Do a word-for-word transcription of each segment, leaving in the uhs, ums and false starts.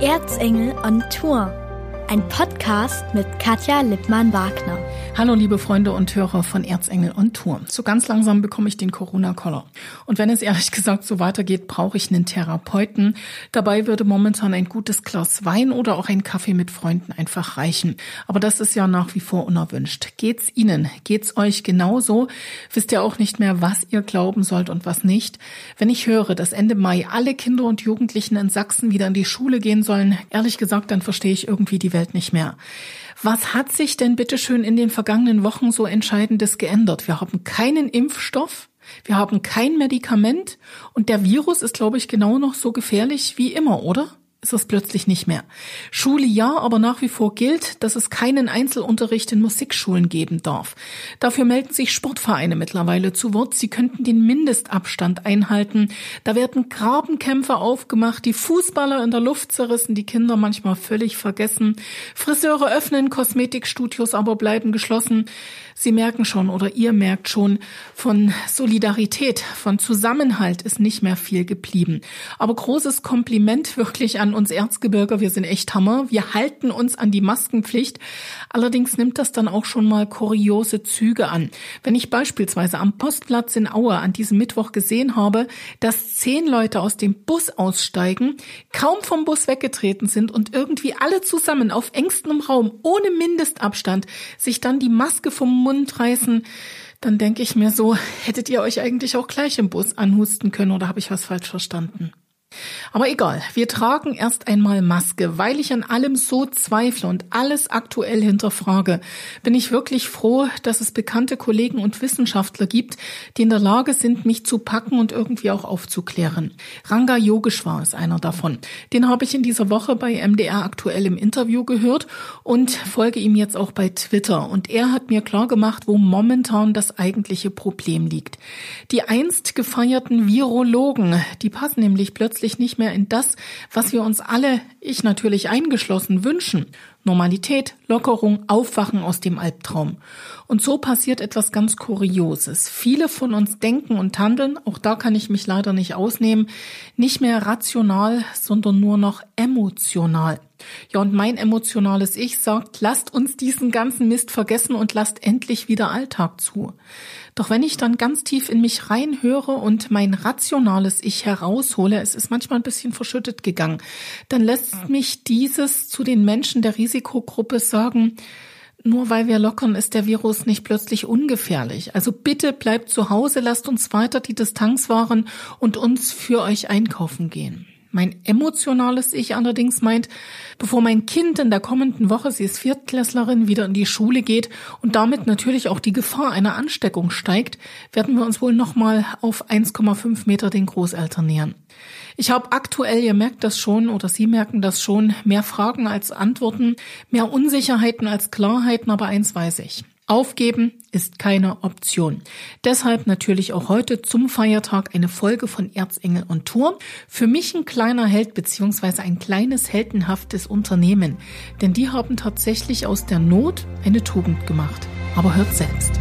Erzengel on Tour. Ein Podcast mit Katja Lippmann-Wagner. Hallo liebe Freunde und Hörer von Erzengel on Tour. So ganz langsam bekomme ich den Corona-Koller. Und wenn es ehrlich gesagt so weitergeht, brauche ich einen Therapeuten. Dabei würde momentan ein gutes Glas Wein oder auch ein Kaffee mit Freunden einfach reichen. Aber das ist ja nach wie vor unerwünscht. Geht's Ihnen? Geht's euch genauso? Wisst ihr auch nicht mehr, was ihr glauben sollt und was nicht? Wenn ich höre, dass Ende Mai alle Kinder und Jugendlichen in Sachsen wieder in die Schule gehen sollen, ehrlich gesagt, dann verstehe ich irgendwie die Welt nicht mehr. Was hat sich denn bitteschön in den vergangenen Wochen so Entscheidendes geändert? Wir haben keinen Impfstoff, wir haben kein Medikament und der Virus ist, glaube ich, genau noch so gefährlich wie immer, oder? Ist es plötzlich nicht mehr. Schule ja, aber nach wie vor gilt, dass es keinen Einzelunterricht in Musikschulen geben darf. Dafür melden sich Sportvereine mittlerweile zu Wort. Sie könnten den Mindestabstand einhalten. Da werden Grabenkämpfe aufgemacht, die Fußballer in der Luft zerrissen, die Kinder manchmal völlig vergessen. Friseure öffnen, Kosmetikstudios aber bleiben geschlossen. Sie merken schon oder ihr merkt schon, von Solidarität, von Zusammenhalt ist nicht mehr viel geblieben. Aber großes Kompliment wirklich an uns Erzgebirger, wir sind echt Hammer. Wir halten uns an die Maskenpflicht. Allerdings nimmt das dann auch schon mal kuriose Züge an. Wenn ich beispielsweise am Postplatz in Aue an diesem Mittwoch gesehen habe, dass zehn Leute aus dem Bus aussteigen, kaum vom Bus weggetreten sind und irgendwie alle zusammen auf engstem Raum, ohne Mindestabstand, sich dann die Maske vom Mund reißen, dann denke ich mir so, hättet ihr euch eigentlich auch gleich im Bus anhusten können oder habe ich was falsch verstanden? Aber egal, wir tragen erst einmal Maske. Weil ich an allem so zweifle und alles aktuell hinterfrage, bin ich wirklich froh, dass es bekannte Kollegen und Wissenschaftler gibt, die in der Lage sind, mich zu packen und irgendwie auch aufzuklären. Ranga Yogeshwar ist einer davon. Den habe ich in dieser Woche bei M D R aktuell im Interview gehört und folge ihm jetzt auch bei Twitter. Und er hat mir klargemacht, wo momentan das eigentliche Problem liegt. Die einst gefeierten Virologen, die passen nämlich plötzlich nicht mehr in das, was wir uns alle, ich natürlich eingeschlossen, wünschen. Normalität, Lockerung, Aufwachen aus dem Albtraum. Und so passiert etwas ganz Kurioses. Viele von uns denken und handeln, auch da kann ich mich leider nicht ausnehmen, nicht mehr rational, sondern nur noch emotional. Ja, und mein emotionales Ich sagt, lasst uns diesen ganzen Mist vergessen und lasst endlich wieder Alltag zu. Doch wenn ich dann ganz tief in mich reinhöre und mein rationales Ich heraushole, es ist manchmal ein bisschen verschüttet gegangen, dann lässt mich dieses zu den Menschen der Risikogruppe sagen, nur weil wir lockern, ist der Virus nicht plötzlich ungefährlich. Also bitte bleibt zu Hause, lasst uns weiter die Distanz wahren und uns für euch einkaufen gehen. Mein emotionales Ich allerdings meint, bevor mein Kind in der kommenden Woche, sie ist Viertklässlerin, wieder in die Schule geht und damit natürlich auch die Gefahr einer Ansteckung steigt, werden wir uns wohl nochmal auf eins Komma fünf Meter den Großeltern nähern. Ich habe aktuell, ihr merkt das schon oder Sie merken das schon, mehr Fragen als Antworten, mehr Unsicherheiten als Klarheiten, aber eins weiß ich. Aufgeben ist keine Option. Deshalb natürlich auch heute zum Feiertag eine Folge von Erzengel on Tour. Für mich ein kleiner Held beziehungsweise ein kleines heldenhaftes Unternehmen. Denn die haben tatsächlich aus der Not eine Tugend gemacht. Aber hört selbst.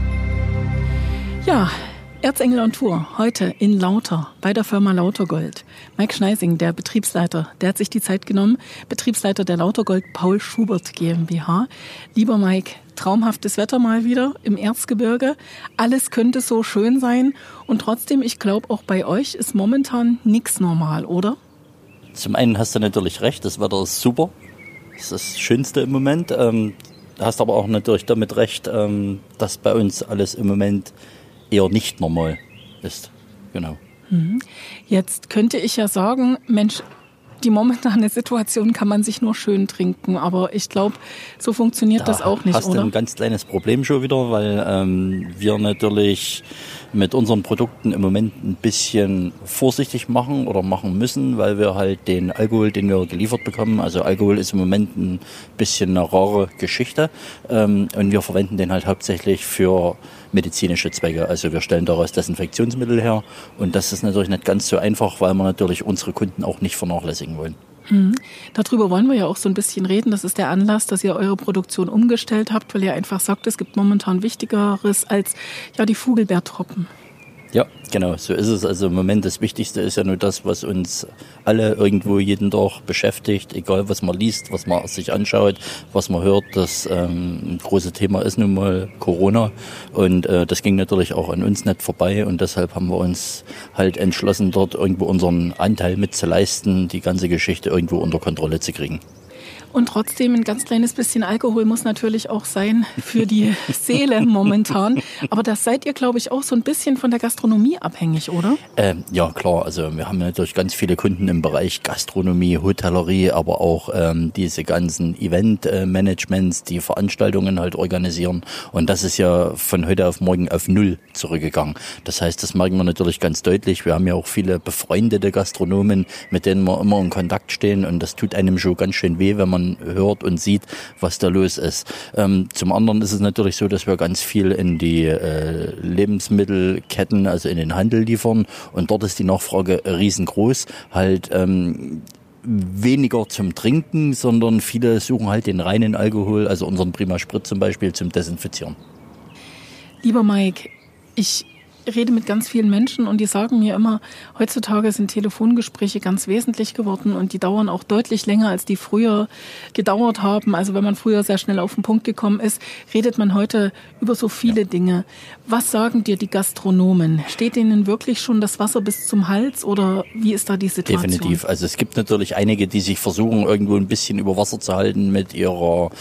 Ja, Erzengel on Tour, heute in Lauter, bei der Firma Lautergold. Mike Schneising, der Betriebsleiter, der hat sich die Zeit genommen, Betriebsleiter der Lautergold Paul Schubert GmbH. Lieber Mike, traumhaftes Wetter mal wieder im Erzgebirge. Alles könnte so schön sein und trotzdem, ich glaube, auch bei euch ist momentan nichts normal, oder? Zum einen hast du natürlich recht, das Wetter ist super. Das ist das Schönste im Moment. Ähm, du hast aber auch natürlich damit recht, ähm, dass bei uns alles im Moment eher nicht normal ist. Genau. Jetzt könnte ich ja sagen, Mensch, die momentane Situation kann man sich nur schön trinken, aber ich glaube, so funktioniert da das auch nicht, hast oder? Du ein ganz kleines Problem schon wieder, weil ähm, wir natürlich mit unseren Produkten im Moment ein bisschen vorsichtig machen oder machen müssen, weil wir halt den Alkohol, den wir geliefert bekommen, also Alkohol ist im Moment ein bisschen eine rare Geschichte ähm, und wir verwenden den halt hauptsächlich für medizinische Zwecke. Also wir stellen daraus Desinfektionsmittel her und das ist natürlich nicht ganz so einfach, weil wir natürlich unsere Kunden auch nicht vernachlässigen wollen. Mhm. Darüber wollen wir ja auch so ein bisschen reden. Das ist der Anlass, dass ihr eure Produktion umgestellt habt, weil ihr einfach sagt, es gibt momentan Wichtigeres als ja die Vogelbeertropfen. Ja, genau, so ist es. Also im Moment das Wichtigste ist ja nur das, was uns alle irgendwo jeden Tag beschäftigt, egal was man liest, was man sich anschaut, was man hört. Das ähm, große Thema ist nun mal Corona und äh, das ging natürlich auch an uns nicht vorbei und deshalb haben wir uns halt entschlossen, dort irgendwo unseren Anteil mitzuleisten, die ganze Geschichte irgendwo unter Kontrolle zu kriegen. Und trotzdem ein ganz kleines bisschen Alkohol muss natürlich auch sein für die Seele momentan. Aber das seid ihr, glaube ich, auch so ein bisschen von der Gastronomie abhängig, oder? Ähm, ja, klar. Also wir haben natürlich ganz viele Kunden im Bereich Gastronomie, Hotellerie, aber auch ähm, diese ganzen Event-Managements, die Veranstaltungen halt organisieren. Und das ist ja von heute auf morgen auf Null zurückgegangen. Das heißt, das merken wir natürlich ganz deutlich. Wir haben ja auch viele befreundete Gastronomen, mit denen wir immer in Kontakt stehen. Und das tut einem schon ganz schön weh, wenn man hört und sieht, was da los ist. Ähm, zum anderen ist es natürlich so, dass wir ganz viel in die äh, Lebensmittelketten, also in den Handel liefern und dort ist die Nachfrage riesengroß. Halt ähm, weniger zum Trinken, sondern viele suchen halt den reinen Alkohol, also unseren Prima Sprit zum Beispiel, zum Desinfizieren. Lieber Mike, ich rede mit ganz vielen Menschen und die sagen mir immer, heutzutage sind Telefongespräche ganz wesentlich geworden und die dauern auch deutlich länger, als die früher gedauert haben. Also wenn man früher sehr schnell auf den Punkt gekommen ist, redet man heute über so viele Dinge. Was sagen dir die Gastronomen? Steht denen wirklich schon das Wasser bis zum Hals oder wie ist da die Situation? Definitiv. Also es gibt natürlich einige, die sich versuchen, irgendwo ein bisschen über Wasser zu halten mit ihrer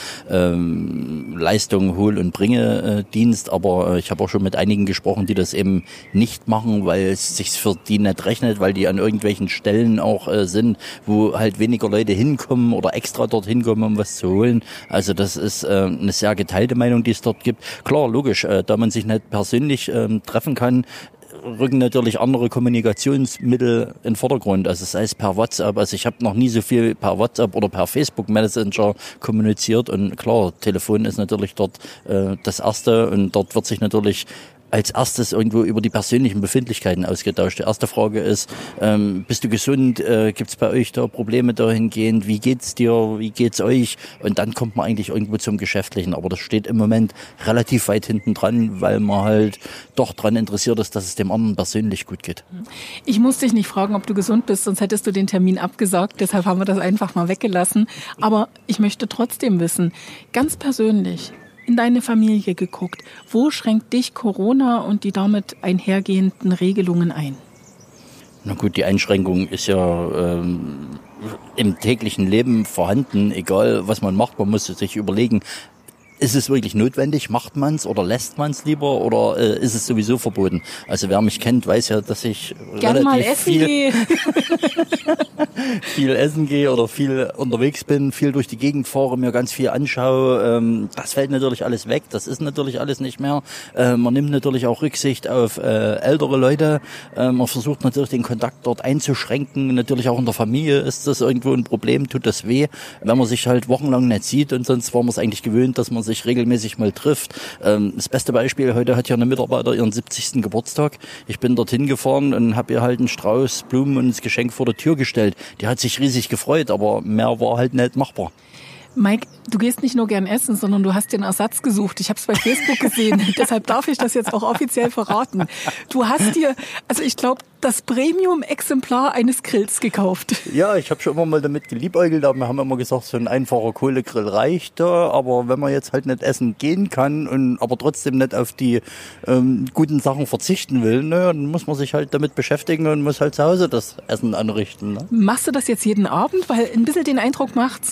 ähm, Leistung, Hol- und Bringe-Dienst. Aber äh, ich habe auch schon mit einigen gesprochen, die das eben nicht machen, weil es sich für die nicht rechnet, weil die an irgendwelchen Stellen auch äh, sind, wo halt weniger Leute hinkommen oder extra dorthin kommen, um was zu holen. Also das ist äh, eine sehr geteilte Meinung, die es dort gibt. Klar, logisch, äh, da man sich nicht persönlich äh, treffen kann, rücken natürlich andere Kommunikationsmittel in den Vordergrund, also sei es per WhatsApp, also ich habe noch nie so viel per WhatsApp oder per Facebook Messenger kommuniziert und klar, Telefon ist natürlich dort äh, das Erste und dort wird sich natürlich als erstes irgendwo über die persönlichen Befindlichkeiten ausgetauscht. Die erste Frage ist, ähm, bist du gesund? Äh, Gibt es bei euch da Probleme dahingehend? Wie geht's dir? Wie geht's euch? Und dann kommt man eigentlich irgendwo zum Geschäftlichen. Aber das steht im Moment relativ weit hinten dran, weil man halt doch dran interessiert ist, dass es dem anderen persönlich gut geht. Ich muss dich nicht fragen, ob du gesund bist, sonst hättest du den Termin abgesagt. Deshalb haben wir das einfach mal weggelassen. Aber ich möchte trotzdem wissen, ganz persönlich, in deine Familie geguckt. Wo schränkt dich Corona und die damit einhergehenden Regelungen ein? Na gut, die Einschränkung ist ja ähm, im täglichen Leben vorhanden, egal was man macht. Man muss sich überlegen, ist es wirklich notwendig? Macht man es oder lässt man es lieber oder äh, ist es sowieso verboten? Also wer mich kennt, weiß ja, dass ich Gern relativ mal essen viel, gehe. viel essen gehe oder viel unterwegs bin, viel durch die Gegend fahre, mir ganz viel anschaue. Ähm, das fällt natürlich alles weg. Das ist natürlich alles nicht mehr. Äh, man nimmt natürlich auch Rücksicht auf äh, ältere Leute. Äh, man versucht natürlich den Kontakt dort einzuschränken. Natürlich auch in der Familie ist das irgendwo ein Problem, tut das weh, wenn man sich halt wochenlang nicht sieht und sonst war man es eigentlich gewöhnt, dass man sich regelmäßig mal trifft. Ähm, das beste Beispiel, heute hat ja eine Mitarbeiter ihren siebzigsten Geburtstag. Ich bin dorthin gefahren und habe ihr halt einen Strauß Blumen und das Geschenk vor der Tür gestellt. Die hat sich riesig gefreut, aber mehr war halt nicht machbar. Mike, du gehst nicht nur gern essen, sondern du hast den Ersatz gesucht. Ich habe es bei Facebook gesehen. Deshalb darf ich das jetzt auch offiziell verraten. Du hast dir, also ich glaube, das Premium-Exemplar eines Grills gekauft. Ja, ich habe schon immer mal damit geliebäugelt, aber wir haben immer gesagt, so ein einfacher Kohlegrill reicht da. Aber wenn man jetzt halt nicht essen gehen kann und aber trotzdem nicht auf die ähm, guten Sachen verzichten will, ne, dann muss man sich halt damit beschäftigen und muss halt zu Hause das Essen anrichten. Ne? Machst du das jetzt jeden Abend? Weil ein bisschen den Eindruck macht's.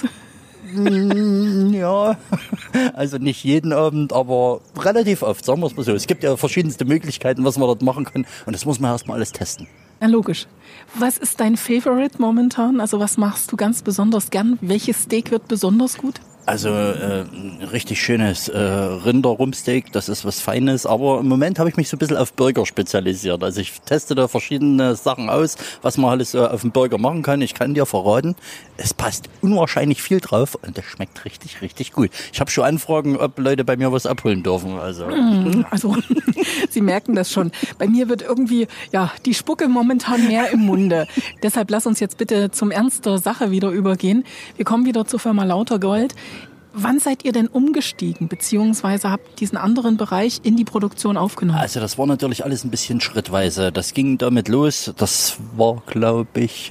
Ja, also nicht jeden Abend, aber relativ oft, sagen wir es mal so. Es gibt ja verschiedenste Möglichkeiten, was man dort machen kann und das muss man erstmal alles testen. Na logisch. Was ist dein Favorite momentan? Also was machst du ganz besonders gern? Welches Steak wird besonders gut? Also äh, ein richtig schönes äh, Rinder-Rumpsteak, das ist was Feines, aber im Moment habe ich mich so ein bisschen auf Burger spezialisiert. Also ich teste da verschiedene Sachen aus, was man alles äh, auf dem Burger machen kann. Ich kann dir verraten, es passt unwahrscheinlich viel drauf und das schmeckt richtig, richtig gut. Ich habe schon Anfragen, ob Leute bei mir was abholen dürfen. Also, mmh, also Sie merken das schon. Bei mir wird irgendwie ja die Spucke momentan mehr im Munde. Deshalb lass uns jetzt bitte zum Ernst der Sache wieder übergehen. Wir kommen wieder zur Firma Lautergold. Wann seid ihr denn umgestiegen, beziehungsweise habt diesen anderen Bereich in die Produktion aufgenommen? Also das war natürlich alles ein bisschen schrittweise. Das ging damit los, das war, glaube ich,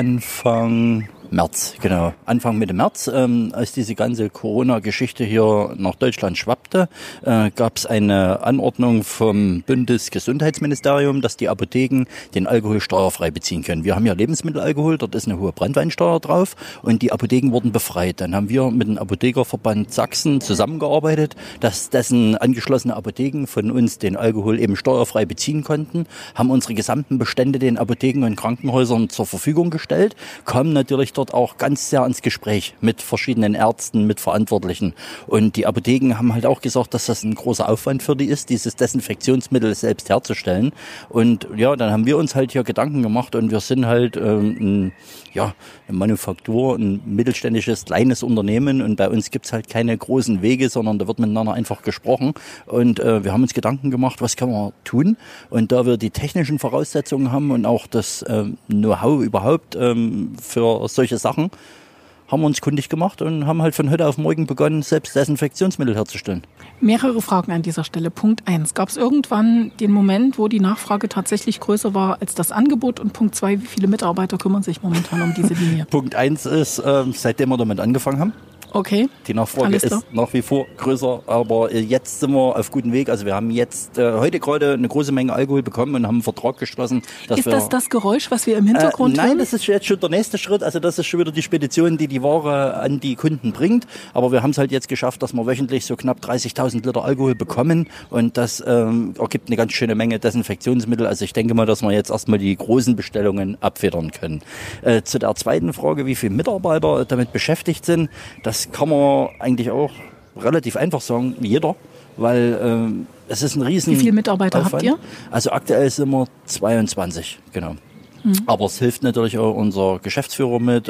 Anfang März, genau. Anfang Mitte März, ähm, als diese ganze Corona-Geschichte hier nach Deutschland schwappte, äh, gab es eine Anordnung vom Bundesgesundheitsministerium, dass die Apotheken den Alkohol steuerfrei beziehen können. Wir haben ja Lebensmittelalkohol, dort ist eine hohe Branntweinsteuer drauf und die Apotheken wurden befreit. Dann haben wir mit dem Apothekerverband Sachsen zusammengearbeitet, dass dessen angeschlossene Apotheken von uns den Alkohol eben steuerfrei beziehen konnten, haben unsere gesamten Bestände den Apotheken und Krankenhäusern zur Verfügung gestellt, kommen natürlich dort auch ganz sehr ins Gespräch mit verschiedenen Ärzten, mit Verantwortlichen. Und die Apotheken haben halt auch gesagt, dass das ein großer Aufwand für die ist, dieses Desinfektionsmittel selbst herzustellen. Und ja, dann haben wir uns halt hier Gedanken gemacht und wir sind halt ähm, ein, ja, eine Manufaktur, ein mittelständisches, kleines Unternehmen und bei uns gibt's halt keine großen Wege, sondern da wird miteinander einfach gesprochen. Und äh, wir haben uns Gedanken gemacht, was kann man tun? Und da wir die technischen Voraussetzungen haben und auch das ähm, Know-how überhaupt ähm, für solche Sachen, haben wir uns kundig gemacht und haben halt von heute auf morgen begonnen, selbst Desinfektionsmittel herzustellen. Mehrere Fragen an dieser Stelle. Punkt eins. Gab es irgendwann den Moment, wo die Nachfrage tatsächlich größer war als das Angebot? Und Punkt zwei, wie viele Mitarbeiter kümmern sich momentan um diese Linie? Punkt eins ist, äh, seitdem wir damit angefangen haben. Okay. Die Nachfrage ist nach wie vor größer, aber jetzt sind wir auf gutem Weg. Also wir haben jetzt äh, heute gerade eine große Menge Alkohol bekommen und haben einen Vertrag geschlossen. Dass ist wir, das das Geräusch, was wir im Hintergrund äh, hören? Nein, das ist jetzt schon der nächste Schritt. Also das ist schon wieder die Spedition, die die Ware an die Kunden bringt. Aber wir haben es halt jetzt geschafft, dass wir wöchentlich so knapp dreißigtausend Liter Alkohol bekommen. Und das ähm, ergibt eine ganz schöne Menge Desinfektionsmittel. Also ich denke mal, dass wir jetzt erstmal die großen Bestellungen abfedern können. Äh, zu der zweiten Frage, wie viele Mitarbeiter damit beschäftigt sind, das kann man eigentlich auch relativ einfach sagen, jeder, weil ähm, es ist ein riesen Wie viele Mitarbeiter Aufwand. habt ihr? Also aktuell sind wir zweiundzwanzig, genau. Mhm. Aber es hilft natürlich auch unser Geschäftsführer mit, äh,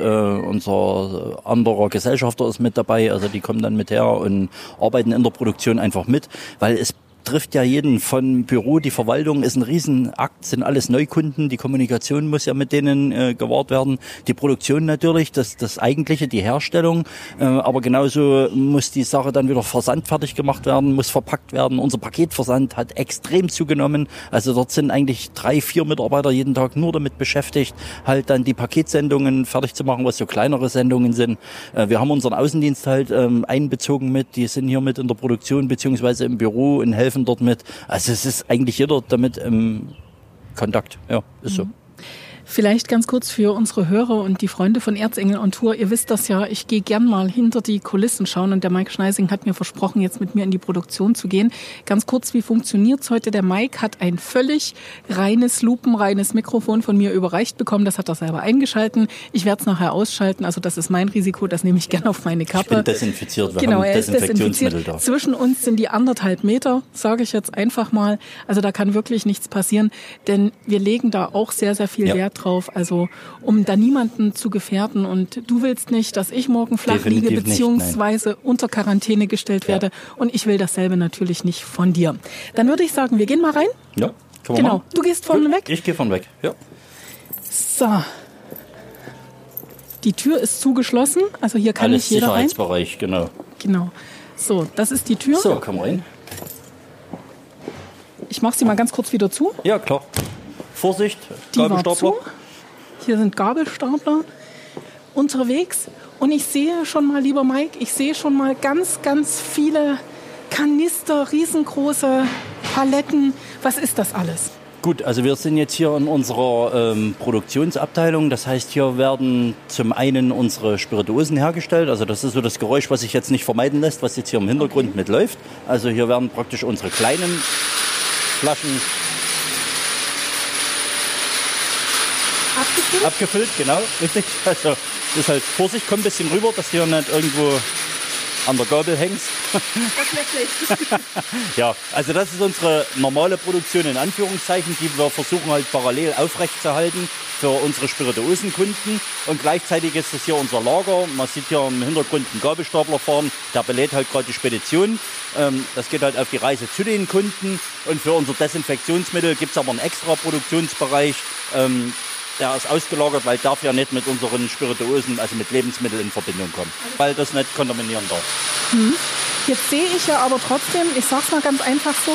unser anderer Gesellschafter ist mit dabei, also die kommen dann mit her und arbeiten in der Produktion einfach mit, weil es trifft ja jeden von Büro, die Verwaltung ist ein Riesenakt, sind alles Neukunden, die Kommunikation muss ja mit denen äh, gewahrt werden, die Produktion natürlich, das das Eigentliche, die Herstellung, äh, aber genauso muss die Sache dann wieder versandfertig gemacht werden, muss verpackt werden. Unser Paketversand hat extrem zugenommen, also dort sind eigentlich drei, vier Mitarbeiter jeden Tag nur damit beschäftigt, halt dann die Paketsendungen fertig zu machen, was so kleinere Sendungen sind. Äh, wir haben unseren Außendienst halt ähm, einbezogen mit, die sind hier mit in der Produktion beziehungsweise im Büro und helfen dort mit. Also es ist eigentlich jeder damit im Kontakt. Ja, ist so. Vielleicht ganz kurz für unsere Hörer und die Freunde von Erzengel on Tour. Ihr wisst das ja, ich gehe gern mal hinter die Kulissen schauen und der Mike Schneising hat mir versprochen, jetzt mit mir in die Produktion zu gehen. Ganz kurz, wie funktioniert's heute? Der Mike hat ein völlig reines, lupenreines Mikrofon von mir überreicht bekommen. Das hat er selber eingeschalten. Ich werde es nachher ausschalten. Also das ist mein Risiko, das nehme ich gerne auf meine Kappe. Ich bin desinfiziert, wir genau, haben er ist Desinfektionsmittel desinfiziert. da. Zwischen uns sind die anderthalb Meter, sage ich jetzt einfach mal. Also da kann wirklich nichts passieren, denn wir legen da auch sehr, sehr viel Ja. Wert drauf. Also um da niemanden zu gefährden. Und du willst nicht, dass ich morgen flach Definitiv liege, nicht, beziehungsweise nein. unter Quarantäne gestellt werde. Und ich will dasselbe natürlich nicht von dir. Dann würde ich sagen, wir gehen mal rein. Ja, können wir Genau, machen. du gehst vorne Gut, weg. Ich gehe vorne weg, ja. So. Die Tür ist zugeschlossen, also hier kann Alles nicht jeder rein. Sicherheitsbereich, genau. Genau. So, das ist die Tür. So, komm rein. Ich mache sie mal ganz kurz wieder zu. Ja, klar. Vorsicht, Die war Gabelstapler. zu. Hier sind Gabelstapler unterwegs. Und ich sehe schon mal, lieber Mike, ich sehe schon mal ganz, ganz viele Kanister, riesengroße Paletten. Was ist das alles? Gut, also wir sind jetzt hier in unserer ähm, Produktionsabteilung. Das heißt, hier werden zum einen unsere Spirituosen hergestellt. Also das ist so das Geräusch, was sich jetzt nicht vermeiden lässt, was jetzt hier im Hintergrund Okay. mitläuft. Also hier werden praktisch unsere kleinen Flaschen Abgefüllt? abgefüllt, genau, richtig. Also das ist halt Vorsicht, komm ein bisschen rüber, dass du hier nicht irgendwo an der Gabel hängst. Das wirklich. Ja, also das ist unsere normale Produktion in Anführungszeichen, die wir versuchen halt parallel aufrechtzuerhalten für unsere Spirituosenkunden. Und gleichzeitig ist das hier unser Lager. Man sieht hier im Hintergrund einen Gabelstapler fahren, der belädt halt gerade die Spedition. Ähm, das geht halt auf die Reise zu den Kunden. Und für unser Desinfektionsmittel gibt es aber einen extra Produktionsbereich. Ähm, der ist ausgelagert, weil darf ja nicht mit unseren Spirituosen, also mit Lebensmitteln in Verbindung kommen, weil das nicht kontaminieren darf. Hm. Jetzt sehe ich ja aber trotzdem, ich sag's mal ganz einfach so,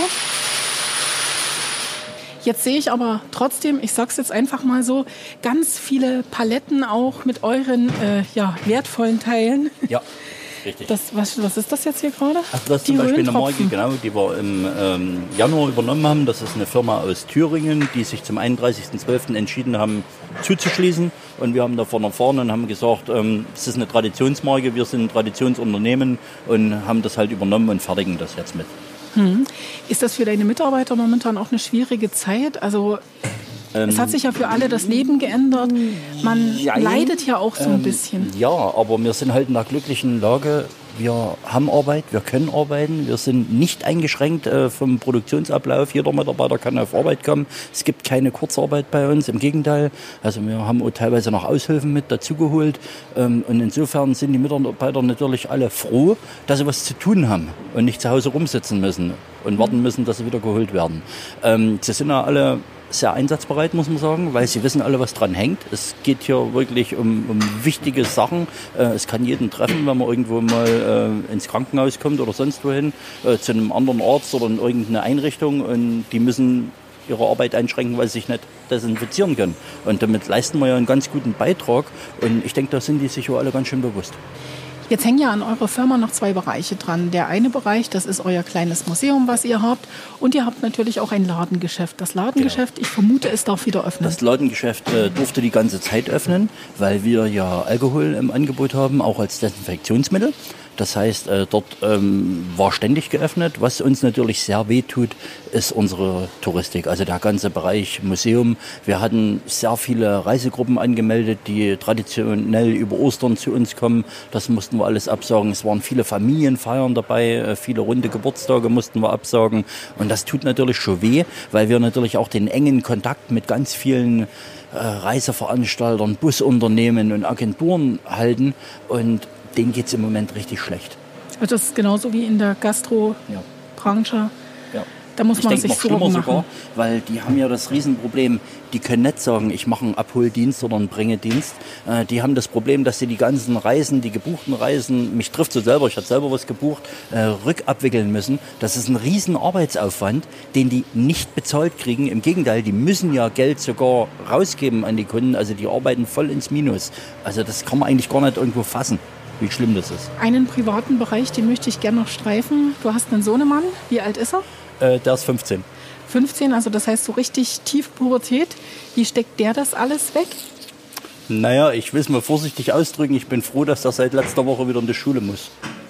jetzt sehe ich aber trotzdem, ich sag's jetzt einfach mal so, ganz viele Paletten auch mit euren äh, ja, wertvollen Teilen. Ja. Richtig. Das, was, was ist das jetzt hier gerade? Ach, das ist zum Beispiel eine Marke, genau, die wir im ähm, Januar übernommen haben. Das ist eine Firma aus Thüringen, die sich zum einunddreißigsten zwölften entschieden haben, zuzuschließen. Und wir haben davon erfahren und haben gesagt, ähm, es ist eine Traditionsmarke, wir sind ein Traditionsunternehmen und haben das halt übernommen und fertigen das jetzt mit. Hm. Ist das für deine Mitarbeiter momentan auch eine schwierige Zeit? Also es hat sich ja für alle das Leben geändert. Man ja, leidet ja auch so ein ähm, bisschen. Ja, aber wir sind halt in der glücklichen Lage. Wir haben Arbeit, wir können arbeiten. Wir sind nicht eingeschränkt äh, vom Produktionsablauf. Jeder Mitarbeiter kann auf Arbeit kommen. Es gibt keine Kurzarbeit bei uns, im Gegenteil. Also wir haben auch teilweise noch Aushilfen mit dazugeholt. Ähm, und insofern sind die Mitarbeiter natürlich alle froh, dass sie was zu tun haben und nicht zu Hause rumsitzen müssen und warten müssen, dass sie wieder geholt werden. Ähm, sie sind ja alle sehr einsatzbereit, muss man sagen, weil sie wissen alle, was dran hängt. Es geht hier wirklich um, um wichtige Sachen. Äh, es kann jeden treffen, wenn man irgendwo mal äh, ins Krankenhaus kommt oder sonst wohin, äh, zu einem anderen Arzt oder in irgendeine Einrichtung, und die müssen ihre Arbeit einschränken, weil sie sich nicht desinfizieren können. Und damit leisten wir ja einen ganz guten Beitrag, und ich denke, da sind die sich ja alle ganz schön bewusst. Jetzt hängen ja an eurer Firma noch zwei Bereiche dran. Der eine Bereich, das ist euer kleines Museum, was ihr habt. Und ihr habt natürlich auch ein Ladengeschäft. Das Ladengeschäft, genau. Ich vermute, es darf wieder öffnen. Das Ladengeschäft äh, durfte die ganze Zeit öffnen, weil wir ja Alkohol im Angebot haben, auch als Desinfektionsmittel. Das heißt, äh, dort ähm, war ständig geöffnet. Was uns natürlich sehr weh tut, ist unsere Touristik, also der ganze Bereich Museum. Wir hatten sehr viele Reisegruppen angemeldet, die traditionell über Ostern zu uns kommen. Das mussten wir alles absagen. Es waren viele Familienfeiern dabei, äh, viele runde Geburtstage mussten wir absagen. Und das tut natürlich schon weh, weil wir natürlich auch den engen Kontakt mit ganz vielen äh, Reiseveranstaltern, Busunternehmen und Agenturen halten, und denen geht es im Moment richtig schlecht. Also das ist genauso wie in der Gastrobranche. Ja. Ja. Da muss ich man denke, sich noch schlimmer Sorgen machen. Sogar, weil die haben ja das Riesenproblem, die können nicht sagen, ich mache einen Abholdienst oder einen Bringedienst. Äh, die haben das Problem, dass sie die ganzen Reisen, die gebuchten Reisen, mich trifft so selber, ich habe selber was gebucht, äh, rückabwickeln müssen. Das ist ein riesen Arbeitsaufwand, den die nicht bezahlt kriegen. Im Gegenteil, die müssen ja Geld sogar rausgeben an die Kunden. Also die arbeiten voll ins Minus. Also das kann man eigentlich gar nicht irgendwo fassen, wie schlimm das ist. Einen privaten Bereich, den möchte ich gerne noch streifen. Du hast einen Sohnemann. Wie alt ist er? Äh, der ist fünfzehn. fünfzehn, also das heißt so richtig tief Pubertät. Wie steckt der das alles weg? Naja, ich will es mal vorsichtig ausdrücken. Ich bin froh, dass der seit letzter Woche wieder in die Schule muss.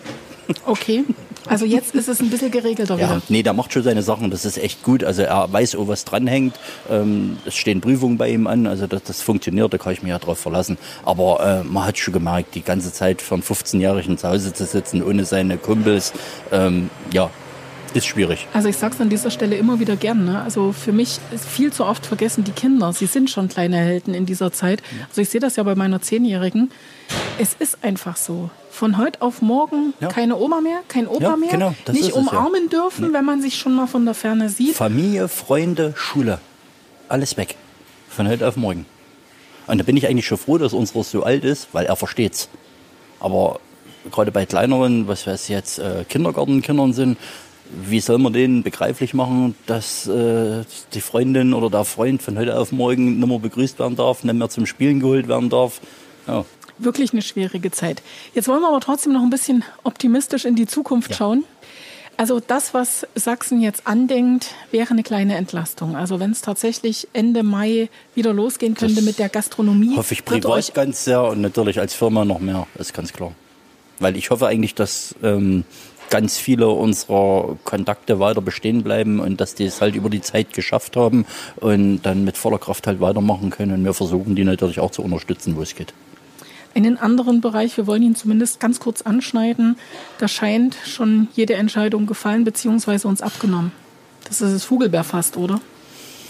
Okay, also jetzt ist es ein bisschen geregelter ja, wieder. Nee, der macht schon seine Sachen, das ist echt gut. Also er weiß auch, was dranhängt. Ähm, es stehen Prüfungen bei ihm an, also das, das funktioniert, da kann ich mich ja drauf verlassen. Aber äh, man hat schon gemerkt, die ganze Zeit für einen fünfzehnjährigen zu Hause zu sitzen, ohne seine Kumpels, ähm, ja, ist schwierig. Also ich sage es an dieser Stelle immer wieder gern. Ne? Also für mich ist viel zu oft vergessen die Kinder. Sie sind schon kleine Helden in dieser Zeit. Also ich sehe das ja bei meiner Zehnjährigen. Es ist einfach so. Von heute auf morgen ja. keine Oma mehr, kein Opa ja, mehr. Genau, das nicht ist umarmen es, ja. dürfen, nee. wenn man sich schon mal von der Ferne sieht. Familie, Freunde, Schule. Alles weg. Von heute auf morgen. Und da bin ich eigentlich schon froh, dass unserer so alt ist, weil er versteht's. Aber gerade bei kleineren, was weiß jetzt, äh, Kindergartenkindern sind, wie soll man denen begreiflich machen, dass äh, die Freundin oder der Freund von heute auf morgen nicht mehr begrüßt werden darf, nicht mehr zum Spielen geholt werden darf? Ja. Wirklich eine schwierige Zeit. Jetzt wollen wir aber trotzdem noch ein bisschen optimistisch in die Zukunft ja. schauen. Also das, was Sachsen jetzt andenkt, wäre eine kleine Entlastung. Also wenn es tatsächlich Ende Mai wieder losgehen könnte das mit der Gastronomie. Hoffe ich privat ganz sehr und natürlich als Firma noch mehr, ist ganz klar. Weil ich hoffe eigentlich, dass ähm, ganz viele unserer Kontakte weiter bestehen bleiben und dass die es halt über die Zeit geschafft haben und dann mit voller Kraft halt weitermachen können. Und wir versuchen, die natürlich auch zu unterstützen, wo es geht. Einen anderen Bereich, wir wollen ihn zumindest ganz kurz anschneiden, da scheint schon jede Entscheidung gefallen bzw. uns abgenommen. Das ist das Vogelbeerfast, oder?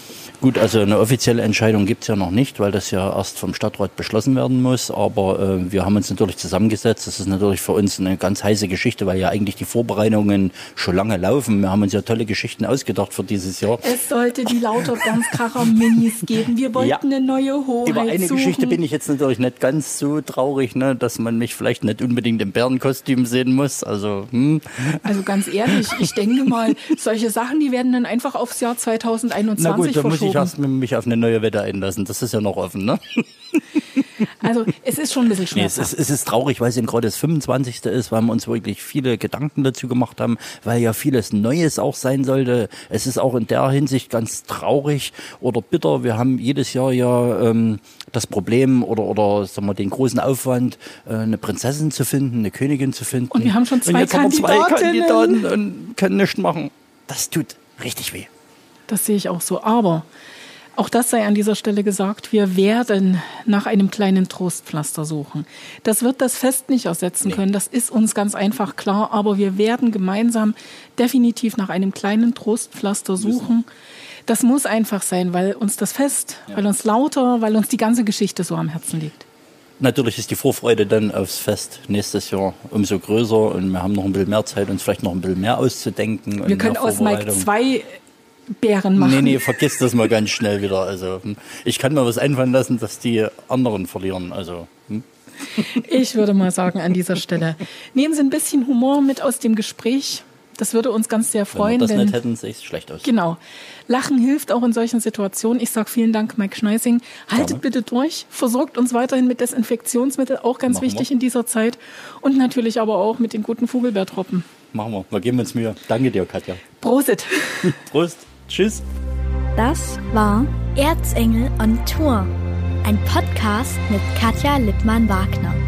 Gut, also eine offizielle Entscheidung gibt's ja noch nicht, weil das ja erst vom Stadtrat beschlossen werden muss. Aber äh, wir haben uns natürlich zusammengesetzt. Das ist natürlich für uns eine ganz heiße Geschichte, weil ja eigentlich die Vorbereitungen schon lange laufen. Wir haben uns ja tolle Geschichten ausgedacht für dieses Jahr. Es sollte die Lauter-Ganzkracher-Minis geben. Wir wollten ja eine neue Hoheit Über eine suchen. Geschichte bin ich jetzt natürlich nicht ganz so traurig, ne, dass man mich vielleicht nicht unbedingt im Bärenkostüm sehen muss. Also, hm. also ganz ehrlich, ich denke mal, solche Sachen, die werden dann einfach aufs Jahr zwanzig einundzwanzig Na gut, da verschoben. muss ich erst mich auf eine neue Wette einlassen. Das ist ja noch offen, ne? Also es ist schon ein bisschen schmerzhaft. Nee, es, ist, es ist traurig, weil es eben gerade das fünfundzwanzigste ist, weil wir uns wirklich viele Gedanken dazu gemacht haben, weil ja vieles Neues auch sein sollte. Es ist auch in der Hinsicht ganz traurig oder bitter. Wir haben jedes Jahr ja ähm, das Problem oder oder sagen wir den großen Aufwand, äh, eine Prinzessin zu finden, eine Königin zu finden. Und wir haben schon zwei und jetzt haben wir zwei Kandidatinnen. Kandidaten und können nichts machen. Das tut richtig weh. Das sehe ich auch so. Aber auch das sei an dieser Stelle gesagt, wir werden nach einem kleinen Trostpflaster suchen. Das wird das Fest nicht ersetzen nee. können, das ist uns ganz einfach klar, aber wir werden gemeinsam definitiv nach einem kleinen Trostpflaster suchen. Das muss einfach sein, weil uns das Fest, ja. weil uns Lauter, weil uns die ganze Geschichte so am Herzen liegt. Natürlich ist die Vorfreude dann aufs Fest nächstes Jahr umso größer und wir haben noch ein bisschen mehr Zeit, uns vielleicht noch ein bisschen mehr auszudenken. Wir können aus Mike zwei Bären machen. Nee, nee, vergiss das mal ganz schnell wieder. Also ich kann mir was einfallen lassen, dass die anderen verlieren. Also hm. Ich würde mal sagen an dieser Stelle, nehmen Sie ein bisschen Humor mit aus dem Gespräch. Das würde uns ganz sehr freuen. Wenn wir das denn, nicht hätten, sehe ich schlecht aus. Genau. Lachen hilft auch in solchen Situationen. Ich sage vielen Dank, Mike Schneising. Haltet Gerne. bitte durch. Versorgt uns weiterhin mit Desinfektionsmittel, auch ganz Machen wichtig wir. in dieser Zeit. Und natürlich aber auch mit den guten Vogelbeertropfen. Machen wir. Wir geben uns Mühe. Danke dir, Katja. Prosit. Prost. Tschüss. Das war Erzengel on Tour, ein Podcast mit Katja Lippmann-Wagner.